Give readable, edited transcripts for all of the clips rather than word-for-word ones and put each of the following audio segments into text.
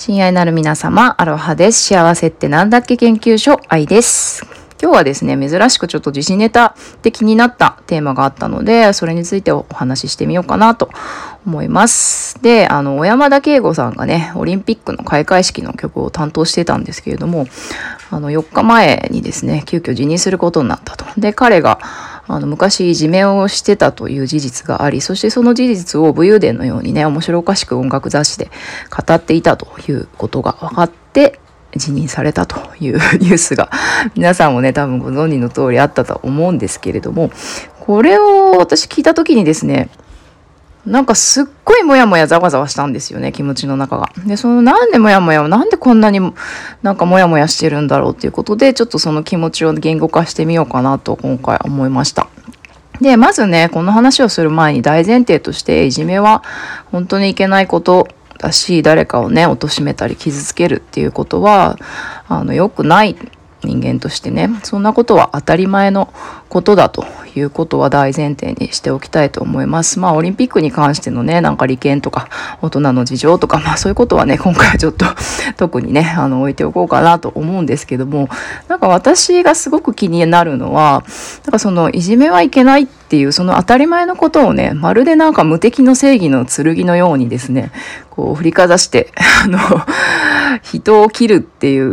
親愛なる皆様、アロハです。幸せってなんだっけ研究所、愛です。今日はですね、珍しくちょっと時事ネタで気になったテーマがあったので、それについてお話ししてみようかなと思います。で、小山田圭吾さんがね、オリンピックの開会式の曲を担当してたんですけれども、4日前にですね、急遽辞任することになったと。で、彼が昔いじめをしてたという事実があり、そしてその事実を武勇伝のようにね、面白おかしく音楽雑誌で語っていたということが分かって辞任されたというニュースが皆さんもね、多分ご存知の通りあったと思うんですけれども、これを私聞いた時にですね、なんかすっごいモヤモヤざわざわしたんですよね、気持ちの中が。で、なんでモヤモヤ、なんでこんなになんかモヤモヤしてるんだろうっていうことで、ちょっとその気持ちを言語化してみようかなと今回思いました。で、まずね、この話をする前に大前提として、いじめは本当にいけないことだし、誰かをね、貶めたり傷つけるっていうことは、良くない人間としてね、そんなことは当たり前のことだということは大前提にしておきたいと思います。オリンピックに関してのね、なんか利権とか大人の事情とか、そういうことはね、今回はちょっと特にね、置いておこうかなと思うんですけども、なんか私がすごく気になるのは、なんかいじめはいけないっていうその当たり前のことをね、まるでなんか無敵の正義の剣のようにですね、こう振りかざして人を切るっていう、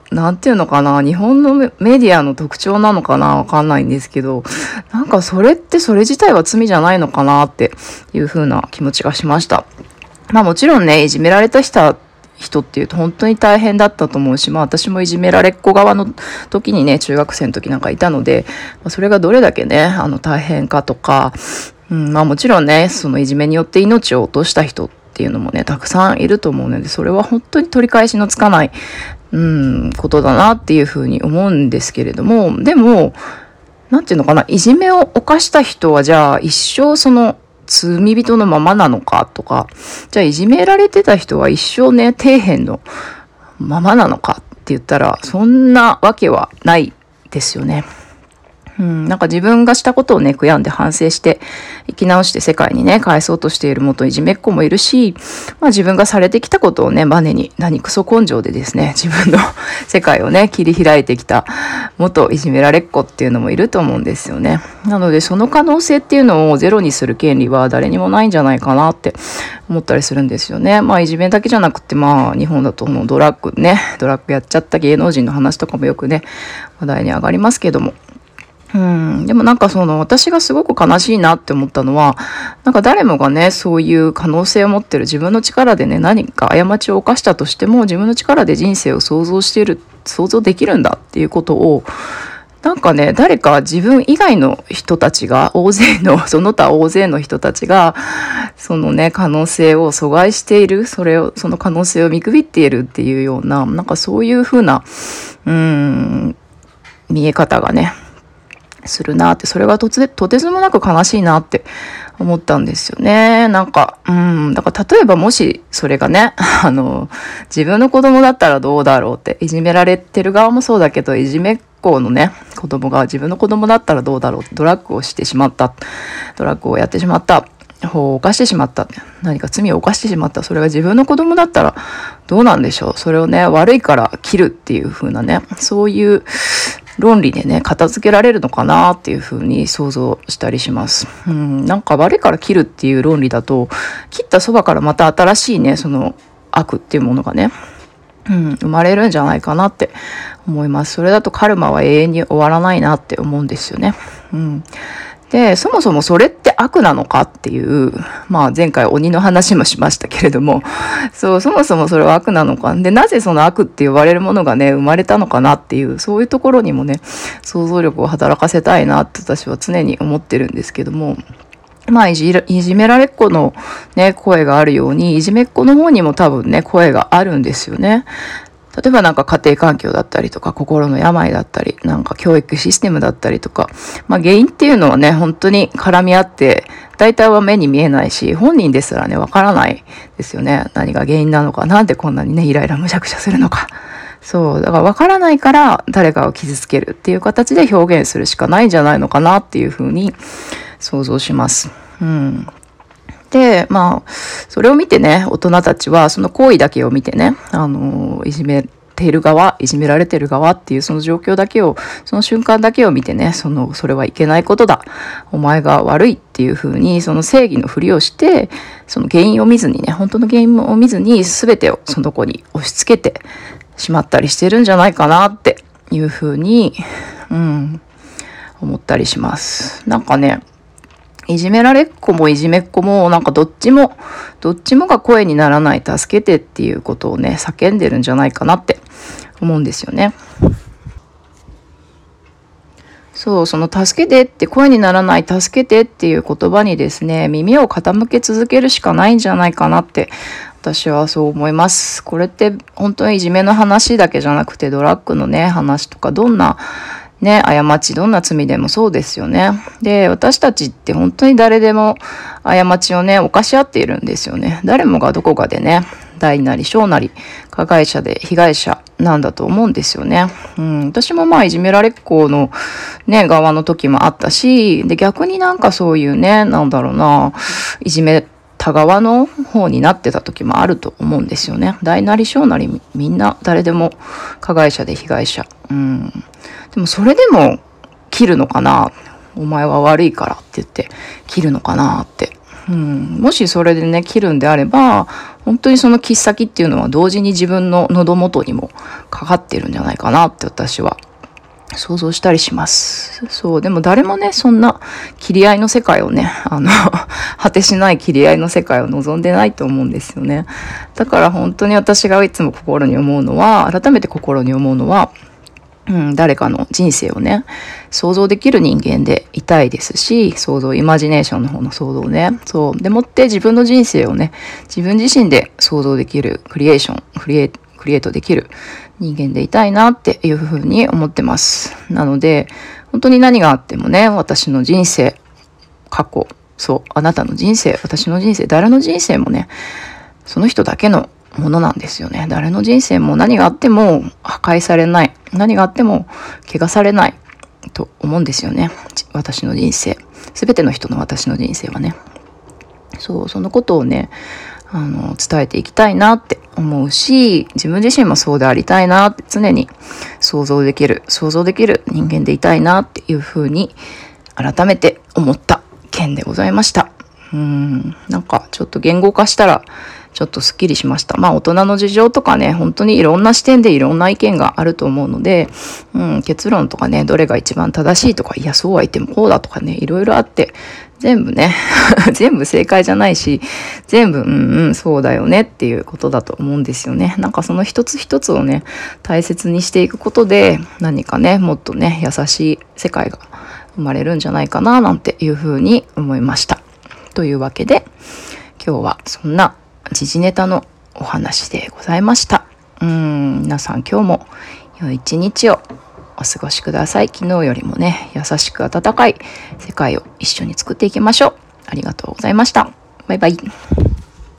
なんていうのかな、日本のメディアの特徴なのかな、わかんないんですけど、なんかそれ自体は罪じゃないのかなっていう風な気持ちがしました。もちろんね、いじめられた人っていうと本当に大変だったと思うし、私もいじめられっ子側の時にね、中学生の時なんかいたので、それがどれだけね、大変かとか、もちろんね、そのいじめによって命を落とした人っていうのもね、たくさんいると思うので、それは本当に取り返しのつかない、ことだなっていうふうに思うんですけれども、でも、なんていうのかな、いじめを犯した人はじゃあ一生その罪人のままなのかとか、じゃあいじめられてた人は一生ね、底辺のままなのかって言ったら、そんなわけはないですよね。なんか自分がしたことをね、悔やんで反省して生き直して世界にね、返そうとしている元いじめっ子もいるし、自分がされてきたことをね、バネに何クソ根性でですね、自分の世界をね、切り開いてきた元いじめられっ子っていうのもいると思うんですよね。なのでその可能性っていうのをゼロにする権利は誰にもないんじゃないかなって思ったりするんですよね。いじめだけじゃなくて、日本だとドラッグやっちゃった芸能人の話とかもよくね、話題に上がりますけども、でもなんか私がすごく悲しいなって思ったのは、なんか誰もがね、そういう可能性を持ってる、自分の力でね、何か過ちを犯したとしても、自分の力で人生を想像できるんだっていうことを、なんかね、誰か自分以外の人たちが、その他大勢の人たちが、そのね、可能性を阻害している、その可能性を見くびっているっていうような、なんかそういうふうな、見え方がね、するなって、それがとてつもなく悲しいなって思ったんですよね。なんか、だから例えばもしそれがね、自分の子供だったらどうだろうって、いじめられてる側もそうだけど、いじめっ子のね、子供が自分の子供だったらどうだろうって、ドラッグをやってしまった、法を犯してしまった、何か罪を犯してしまった、それが自分の子供だったらどうなんでしょう。それをね、悪いから切るっていう風なね、そういう論理でね、片付けられるのかなっていうふうに想像したりします。なんか悪いから切るっていう論理だと、切ったそばからまた新しいね、その悪っていうものがね、生まれるんじゃないかなって思います。それだとカルマは永遠に終わらないなって思うんですよね。で、そもそもそれって悪なのかっていう、前回鬼の話もしましたけれども、そもそもそれは悪なのか。で、なぜその悪って呼ばれるものがね、生まれたのかなっていう、そういうところにもね、想像力を働かせたいなって私は常に思ってるんですけども、いじめられっ子のね、声があるように、いじめっ子の方にも多分ね、声があるんですよね。例えばなんか家庭環境だったりとか、心の病だったり、なんか教育システムだったりとか、原因っていうのはね、本当に絡み合って、大体は目に見えないし、本人ですらね、わからないですよね。何が原因なのか、なんでこんなにね、イライラむしゃくしゃするのか。だからわからないから誰かを傷つけるっていう形で表現するしかないんじゃないのかなっていうふうに想像します。 で、それを見てね、大人たちはその行為だけを見てね、いじめている側、いじめられている側っていうその状況だけを、その瞬間だけを見てね、それはいけないことだ。お前が悪いっていうふうに、その正義のふりをして、その原因を見ずにね、本当の原因を見ずに全てをその子に押し付けてしまったりしてるんじゃないかなっていうふうに、思ったりします。なんかね、いじめられっ子もいじめっ子もなんかどっちもが声にならない助けてっていうことをね叫んでるんじゃないかなって思うんですよね。そう、その助けてって声にならない助けてっていう言葉にですね、耳を傾け続けるしかないんじゃないかなって私はそう思います。これって本当にいじめの話だけじゃなくてドラッグのね話とかどんなね、過ち、どんな罪でもそうですよね。で、私たちって本当に誰でも過ちをね、犯し合っているんですよね。誰もがどこかでね、大なり小なり、加害者で被害者なんだと思うんですよね。私もいじめられっ子のね、側の時もあったし、で、逆になんかそういうね、いじめた側の方になってた時もあると思うんですよね。大なり小なりみんな誰でも加害者で被害者。でもそれでも切るのかな、お前は悪いからって言って切るのかなって。もしそれでね切るんであれば本当にその切っ先っていうのは同時に自分の喉元にもかかってるんじゃないかなって私は想像したりします。そう、でも誰もねそんな切り合いの世界をね果てしない切り合いの世界を望んでないと思うんですよね。だから本当に私がいつも改めて心に思うのは誰かの人生をね想像できる人間でいたいですし、イマジネーションの方の想像ね、そうでもって自分の人生をね自分自身で想像できるクリエイトできる人間でいたいなっていうふうに思ってます。なので本当に何があってもね、私の人生、過去、あなたの人生、私の人生、誰の人生もねその人だけのものなんですよね。誰の人生も何があっても破壊されない、何があっても怪我されないと思うんですよね。私の人生、全ての人の私の人生はね、そのことをね伝えていきたいなって思うし、自分自身もそうでありたいなって、常に想像できる人間でいたいなっていうふうに改めて思った件でございました。なんかちょっと言語化したらちょっとスッキリしました。大人の事情とかね、本当にいろんな視点でいろんな意見があると思うので、結論とかね、どれが一番正しいとか、いや、そうは言ってもこうだとかね、いろいろあって、全部ね、全部正解じゃないし、全部、そうだよねっていうことだと思うんですよね。なんかその一つ一つをね、大切にしていくことで、何かね、もっとね、優しい世界が生まれるんじゃないかな、なんていうふうに思いました。というわけで、今日はそんな時事ネタのお話でございました。皆さん今日も良い一日をお過ごしください。昨日よりもね、優しく温かい世界を一緒に作っていきましょう。ありがとうございました。バイバイ。